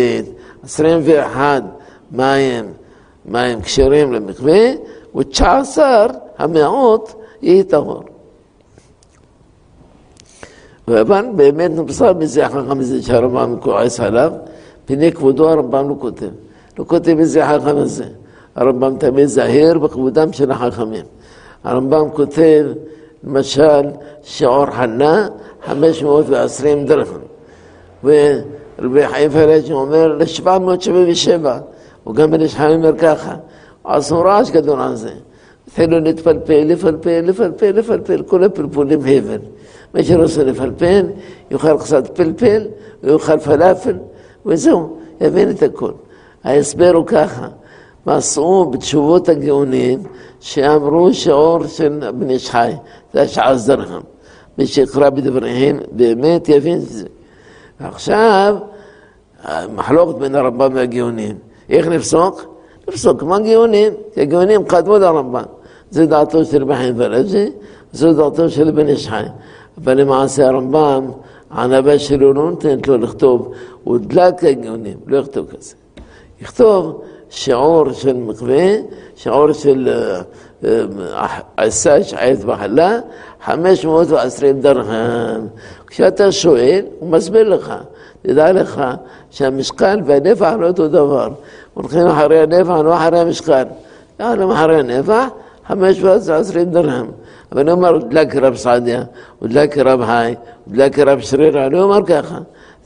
21 מים כשרים למקווה, ו19 המאות יהיה טהור. אבל באמת נבשר מזה החכם הזה שהרמב"ם כועס עליו, פני כבודו הרמב"ם לא כותב. לא כותב מזה החכם הזה. הרמב"ם תמיד זהיר בכבודם של החכמים. הרמב"ם כותב, למשל, שעור חנה 520 דרהם. ורבי חיים פרש אומר ל-777. הוא גם בן איש חיים אומר ככה. עשו רעש גדול על זה. התחילו לפלפל, כל הפלפולים הבל. מי שרוצה לפלפל, יאכל קצת פלפל, ויאכל פלאפל, וזהו, יבין את הכל. ההסבר הוא ככה, מסעו בתשובות הגאונים, שאמרו שעור של בן איש חי, זה 9 דרהם. מי שיקרא בדבריהם, באמת יבין את זה. עכשיו, מחלוקת בין הרמב"ם והגאונים. איך נפסוק? נפסוק כמו הגאונים, כי הגאונים קדמו לרמב"ם. זה דעתו של רבי חיים פלאג'י, זו דעתו של בן איש חי. אבל למעשה הרמב"ם, הענווה שלו לא נותנת לו לכתוב, הוא דלק הגאונים, לא יכתוב כזה. יכתוב שיעור של מקווה, שיעור של עשה שעת בחלה, 520 דרהם. כשאתה שואל, הוא מסביר לך. תדע לך שהמשקל והנפח לא אותו דבר. הולכים אחרי הנפח, לא אחרי המשקל. הולכים אחרי הנפח, 520 דרהם. אבל אני אומר, דלק רב סעדיה, ודלק רב חי, ודלק רב שרירה, אני אומר ככה.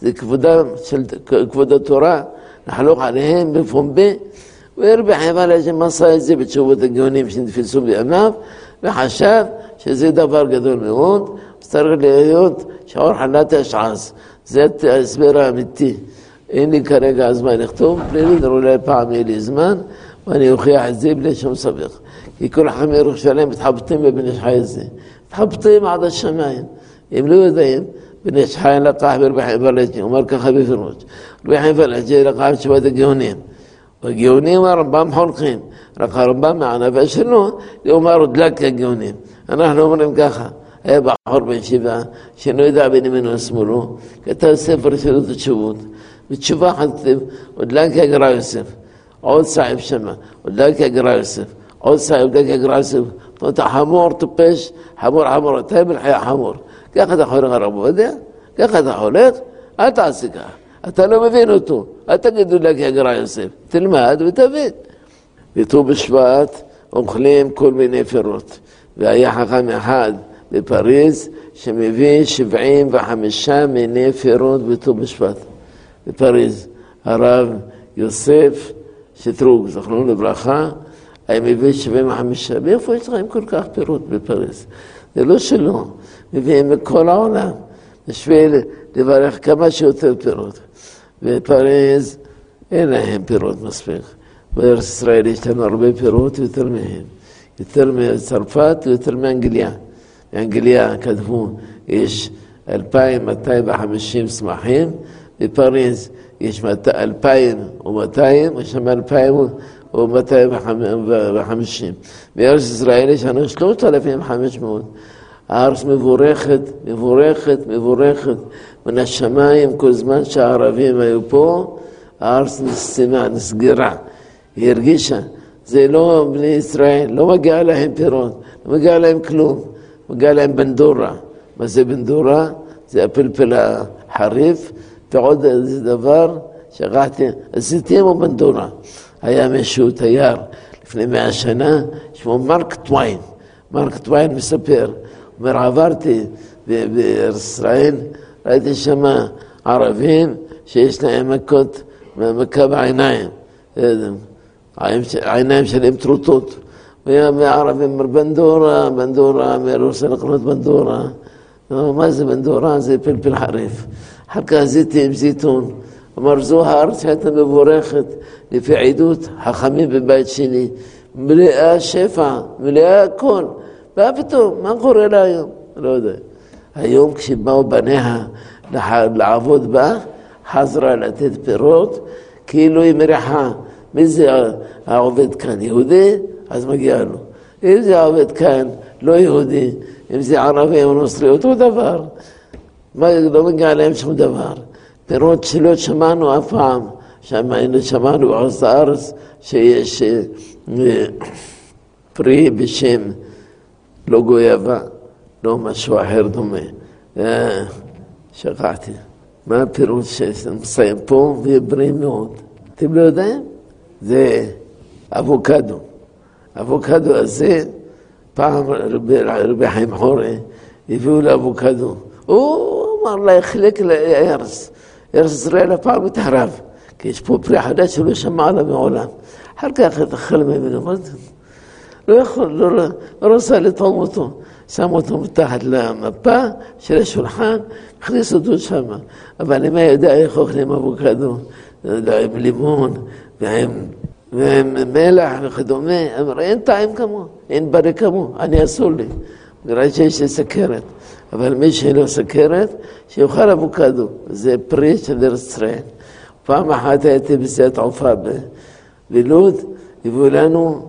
זה כבוד התורה, לחלוק עליהם בפומבי, והרבה חייבה שהם עשה את זה בתשובות הגאונים שנתפסו בימיו, וחשב שזה דבר גדול מאוד, צריך להיות שאור חלת השעז. זה ההסבר האמיתי. אין לי כרגע הזמן לכתוב, בלי אולי פעם יהיה לי זמן, ואני אוכיח את זה בלי שום סבך. כי כל חכמי ירושלים מתחבטים בבן איש חי הזה. מתחבטים עד השמיים. הם לא יודעים, בן איש חי לקח ברבי חיים פלאג'י, הוא אומר ככה בפירוש. רבי חיים פלאג'י לקח בתשובת הגאונים. והגאונים הרמב"ם חולקים. רק הרמב"ם מהענווה שלו, הוא אומר עוד דלק הגאונים. אנחנו אומרים ככה. היה בחור בישיבה, שלא יודע בין ימינו ושמאלו, כתב ספר של התשובות. בתשובה אחת כתב, עוד דלק הגרא יוסף. עוד סעיב שמה, עוד דלק הגרא יוסף. עוד סעיב דלק הגרא יוסף. זאת אומרת, החמור טיפש, חמור, אתה מלחי החמור. ככה אתה חולק הרב עובדיה, ככה אתה חולק, אל תעשי ככה. אתה לא מבין אותו, אל תגידו דלק הגרא יוסף. תלמד ותבין. בט"ו בשבט אוכלים כל מיני פירות. והיה חכם אחד בפריז שמביא 75 מיני פירות בט"ו בשבט. בפריז, הרב יוסף שטרוג, זכרונו לברכה, היה מביא 75. מאיפה יש לכם כל כך פירות בפריז? זה לא שלו, מביאים מכל העולם, בשביל לברך כמה שיותר פירות. בפריז אין להם פירות מספיק. בארץ ישראל יש לנו הרבה פירות יותר מהם. יותר מצרפת ויותר מאנגליה. באנגליה כתבו, יש 2,250 צמחים, בפריז יש 2,200, יש שם 2,250. בארץ ישראל יש לנו 3,500. הארץ מבורכת, מבורכת, מבורכת. מן השמיים, כל זמן שהערבים היו פה, הארץ נסגרה. היא הרגישה. זה לא בני ישראל, לא מגיע להם פירות, לא מגיע להם כלום. מגיע להם בנדורה. מה זה בנדורה? זה הפלפל החריף, ועוד איזה דבר שכחתי, זיתים או בנדורה. היה מישהו תייר לפני 100 שנה, שמו מרק טוויין. מרק טוויין מספר, אומר, עברתי בארץ ישראל, ראיתי שם ערבים שיש להם מכה בעיניים. העיניים שלהם טרוטות. והערבים אומר, בנדורה, אני רוצה לקנות בנדורה. מה זה בנדורה? זה פלפל חריף. אחר כך זיתים, זיתון. אמר, זו הארץ שהייתה מבורכת, לפי עדות חכמים בבית שני. מלאה שפע, מלאה הכל. ופתאום, מה קורה לה היום? לא יודע. היום כשבאו בניה לעבוד בה, חזרה לתת פירות, כאילו היא מריחה. מי זה העובד כאן? יהודי? אז מגיע לו. אם זה העובד כאן, לא יהודי, אם זה ערבי או נוצרי, אותו דבר. לא מגיע להם שום דבר. פירות שלא שמענו אף פעם, שמענו בעוז הארץ, שיש פרי בשם לא גויאבה, לא משהו אחר דומה. שכחתי. מה הפירות שמסיים פה ויבריא מאוד? אתם לא יודעים? זה אבוקדו. אבוקדו הזה, פעם רבי חיים חורי, הביאו לאבוקדו. הוא אמר לה, חלק לארץ. ארץ ישראל הפעם מתחרב, כי יש פה פרי חדש שלא שמע עליו מעולם. אחר כך התחל ממנו, לא יכול, לא רוצה לטעום אותו. שם אותו מתחת למפה של השולחן, הכניס אותו שם. אבל אם היה יודע איך אוכלים אבוקדו, עם לימון, ועם מלח וכדומה, אמר, אין טעם כמו, אין בריא כמו, אני אסור לי. נראה שיש לי סכרת. אבל מי שלא סכרת, שיאכל אבוקדו. זה פרי של ארץ ישראל. פעם אחת הייתי בשדה תעופה בלוד, הביאו לנו,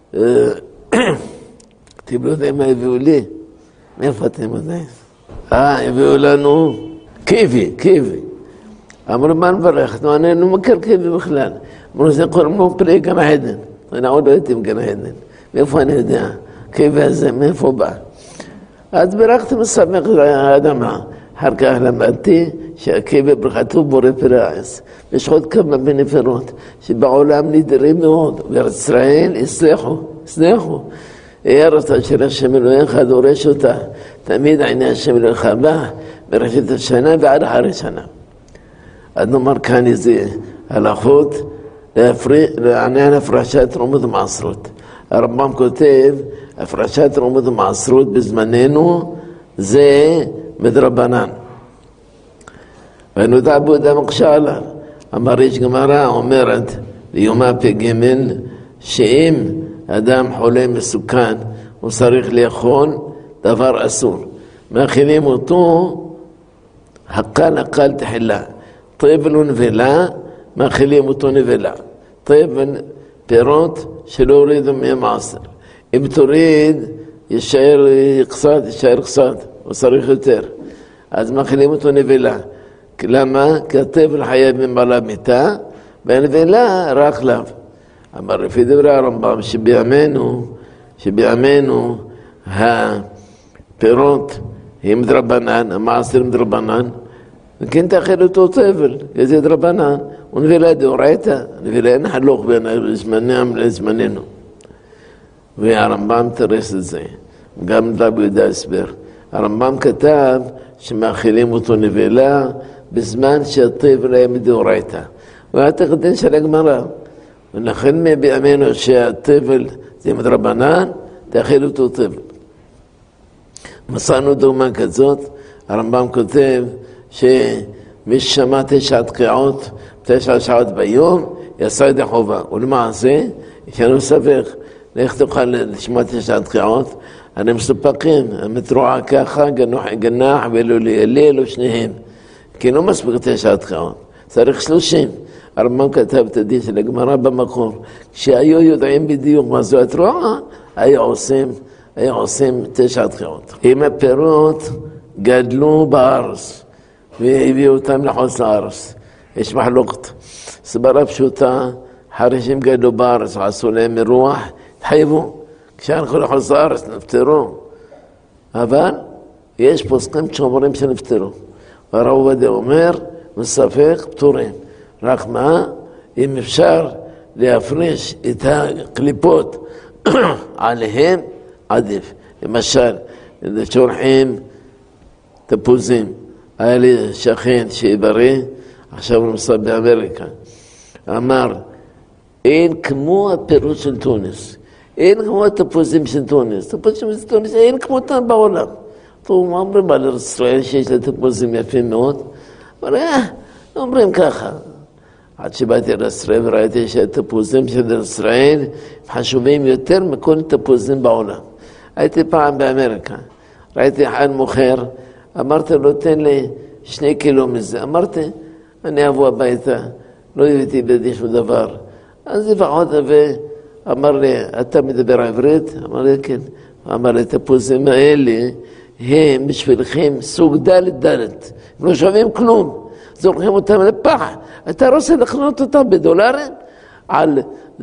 אתם לא יודעים מה הביאו לי? מאיפה אתם יודעים? הביאו לנו קיבי. אמרו, מה נברך? אני לא מכיר קיבי בכלל. אמרו, זה קוראים לו פרי גן עדן. אני עוד לא הייתי עם גן עדן. מאיפה אני יודע? קיבי הזה, מאיפה בא? אז ברכתי מסמך לאדמה. אחר כך למדתי שהקיבי ברכתו בורא פרי העץ. יש עוד כמה מיני פירות שבעולם נדירים מאוד. בארץ ישראל הסלחו. ארץ אשר השם אלוהיך דורש אותה. תמיד עיני השם אלוהיך בא בראשית השנה ועד אחרי שנה. אז נאמר כאן איזה הלכות לעניין הפרשת תרומות ומעשרות. הרמב"ם כותב, הפרשת תרומות ומעשרות בזמננו זה מדרבנן. ונודע בודה מקשה עליו. אמר יש גמרא אומרת ביומא פ"ג שאם אדם חולה מסוכן הוא צריך לאכול דבר אסור. מאכילים אותו הקל תחילה. טבל ונבלה, מאכילים אותו נבלה. טבל פירות שלא הורידו מהמעשר. אם תוריד יישאר קצת, הוא צריך יותר. אז מאכילים אותו נבלה. למה? כי הטבל חייב ממעלה מיתה, והנבלה רק לאו. אמר לפי דברי הרמב"ם שבימינו הפירות הם דרבנן, המעשר הם דרבנן, וכן תאכל אותו טבל, איזה דרבנן, ונבלה דאורייתא, נבלה אין חלוק בין זמנם לזמננו. והרמב"ם תרס את זה, גם רבי יהודה הסבר. הרמב"ם כתב שמאכילים אותו נבלה בזמן שהטבל היה מדאורייתא. והיה תקדן של הגמרא. ולכן בימינו שהטבל זה מדרבנן, תאכל אותו טבל. מצאנו דוגמה כזאת, הרמב"ם כותב שמי ששמע 9 תקיעות, 9 שעות ביום, יעשה ידי חובה. ולמעשה, יש לנו סבך, איך תוכל לשמוע 9 תקיעות? הרי מסופקים, המתרועה ככה, גנח ולא לילל או שניהם. כי לא מספיק 9 תקיעות, צריך 30. הרמב"ם כתב את הדין של הגמרא במקור. כשהיו יודעים בדיוק מה זו התרועה, היו עושים 9 תקיעות. אם הפירות גדלו בארץ, והביאו אותם לחוץ לארץ, יש מחלוקת. סברה פשוטה, אחרי שהם גדלו בארץ, עשו להם מרוח, התחייבו. כשהלכו לחוץ לארץ, נפטרו. אבל יש פוסקים שאומרים שנפטרו. הרב עובדיה אומר, מספק פטורים. רק מה? אם אפשר להפריש את הקליפות עליהם, עדיף. למשל, שורחים תפוזים. היה לי שכן שיבריא, עכשיו הוא נוסע באמריקה. אמר, אין כמו הפירות של טוניס. אין כמו התפוזים של טוניס. תפוזים של טוניס אין כמותם בעולם. הוא אומרים על ישראל שיש לה תפוזים יפים מאוד, אבל אומרים ככה. עד שבאתי לישראל וראיתי שהתפוזים של ישראל חשובים יותר מכל תפוזים בעולם. הייתי פעם באמריקה, ראיתי אחד מוכר, אמרתי לו תן לי 2 קילו מזה. אמרתי, אני אבוא הביתה, לא הבאתי בידי שום דבר. אז לפחות אמר לי, אתה מדבר עברית? אמר לי, כן. אמר לי, התפוזים האלה הם בשבילכם סוג ד'. הם לא שווים כלום. זורקים אותם לפח. אתה רוצה לקנות אותם בדולרים? על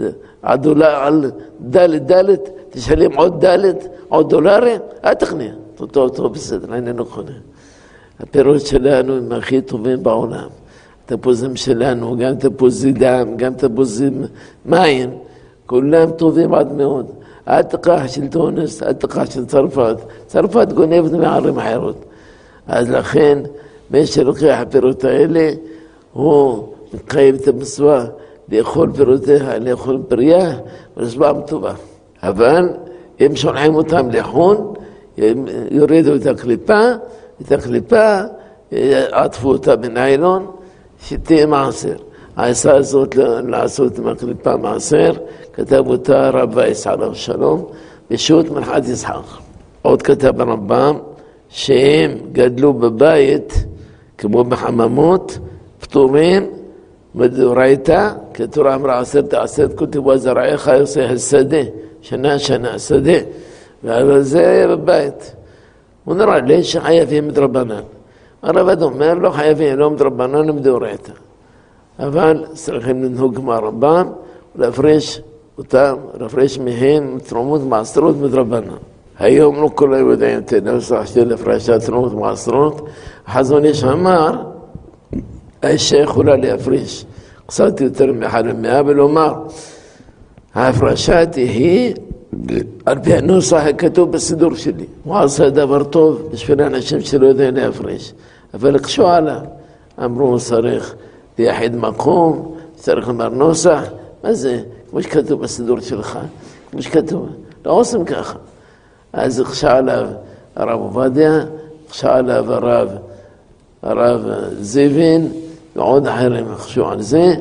ד', תשלם עוד דולרים? אל תכנה. טוב, בסדר, איננו קונה. הפירות שלנו הם הכי טובים בעולם. התפוזים שלנו, גם תפוזי דם, גם תפוזי מים, כולם טובים עד מאוד. אל תקח של טוניס, אל תקח של צרפת. צרפת גונבת מערים אחרות. אז לכן, מי שלוקח הפירות האלה, הוא מקיים את המצווה לאכול פירותיה, לאכול פריה, ולסבם טובה. אבל אם שולחים אותם לחון, יורידו את הקליפה, עטפו אותה בניילון, שתהיה מעשר. העשה הזאת לעשות עם הקליפה מעשר, כתב אותה רב וייס עליו שלום, בשו"ת מנחת יצחק. עוד כתב הרמב"ם, שהם גדלו בבית, כמו בחממות, פטורים, מדאורייתא, כתורה אמרה 10 כתבו זרעיך יעשה השדה, שנה שדה, אבל זה היה בבית. הוא נראה לי שחייבים מדרבנן. הרב אומר לא חייבים, לא מדרבנן ומדאורייתא. אבל צריכים לנהוג מהרמב"ם ולהפריש אותם, להפריש מהם תרומות מעשרות מדרבנן. היום לא כולם יודעים את הנוסח של הפרשת תרומות מעשרות. החזון איש אמר, האישה יכולה להפריש קצת יותר מ100 ולומר, ההפרשה תהיה על פי הנוסח הכתוב בסידור שלי. הוא עשה דבר טוב בשביל האנשים שלא יודעים להפריש. אבל הקשו עליו, אמרו הוא צריך ליחיד מקום, צריך לומר נוסח, מה זה? כמו שכתוב בסידור שלך, כמו שכתוב, לא עושים ככה. אז חשע עליו הרב עובדיה, חשע עליו הרב זיבין, ועוד אחרים חשו על זה.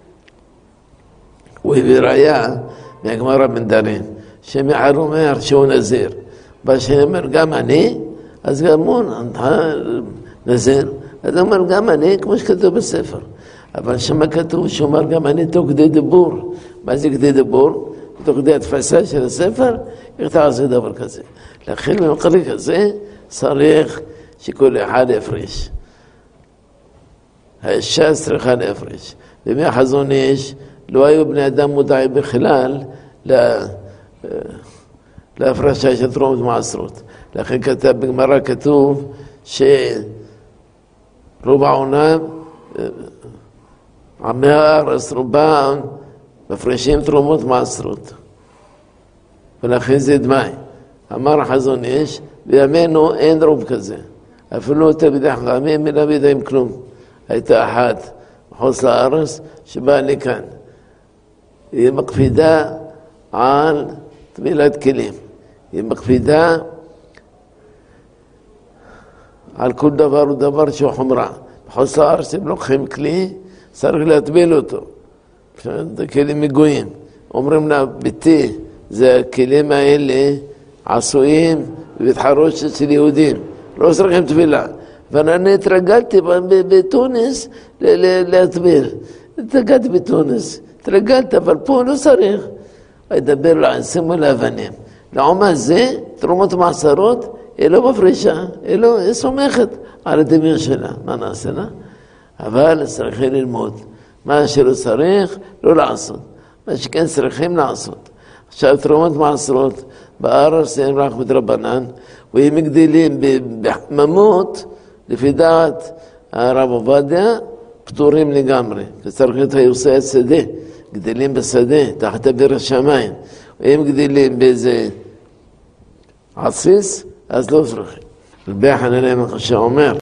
הוא הביא ראיה מהגמרא בנדרים, שמיער אומר שהוא נזיר. בשאומר גם אני, אז גם הוא נזיר. אז הוא אומר גם אני, כמו שכתוב בספר. אבל שמה כתוב שאומר גם אני תוך כדי דיבור. מה זה כדי דיבור? תוך כדי התפסה של הספר, איך תעשה דבר כזה? לכן במקרה כזה צריך שכל אחד יפריש. האישה צריכה להפריש. בימי החזון איש לא היו בני אדם מודעים בכלל להפרשה של תרומות מעשרות. לכן כתב בגמרא כתוב שרוב העולם, עמי הארץ רובם מפרישים תרומות מעשרות. ולכן זה דמי. אמר החזון איש, בימינו אין רוב כזה. אפילו תלמידי חכמים אין יודעים כלום. הייתה אחת מחוץ לארץ שבאה לכאן. היא מקפידה על טבילת כלים. היא מקפידה על כל דבר ודבר שהוא חומרה. מחוץ לארץ הם לוקחים כלי, צריך להטביל אותו. זה כלים מגויים. אומרים לה, ביתי, זה הכלים האלה עשויים בבית חרושת של יהודים. לא צריכים טבילה. ואני התרגלתי בתוניס להטביל. התרגלתי בתוניס. התרגלתי, אבל פה לא צריך. ידבר לעשימו לאבנים. לעומת זה, תרומות מעשרות, היא לא מפרישה, היא סומכת על הדמיון שלה. מה נעשה לה? אבל צריכים ללמוד. מה שלא צריך, לא לעשות. מה שכן צריכים לעשות. עכשיו תרומות מעשרות, בארץ הם רק מדרבנן, והם גדלים בחממות, לפי דעת הרב עובדיה, פטורים לגמרי. וצריך להיות היוסי השדה, גדלים בשדה, תחת אוויר השמיים. והם גדלים באיזה עסיס, אז לא צריכים. רבי חנניה שאומר,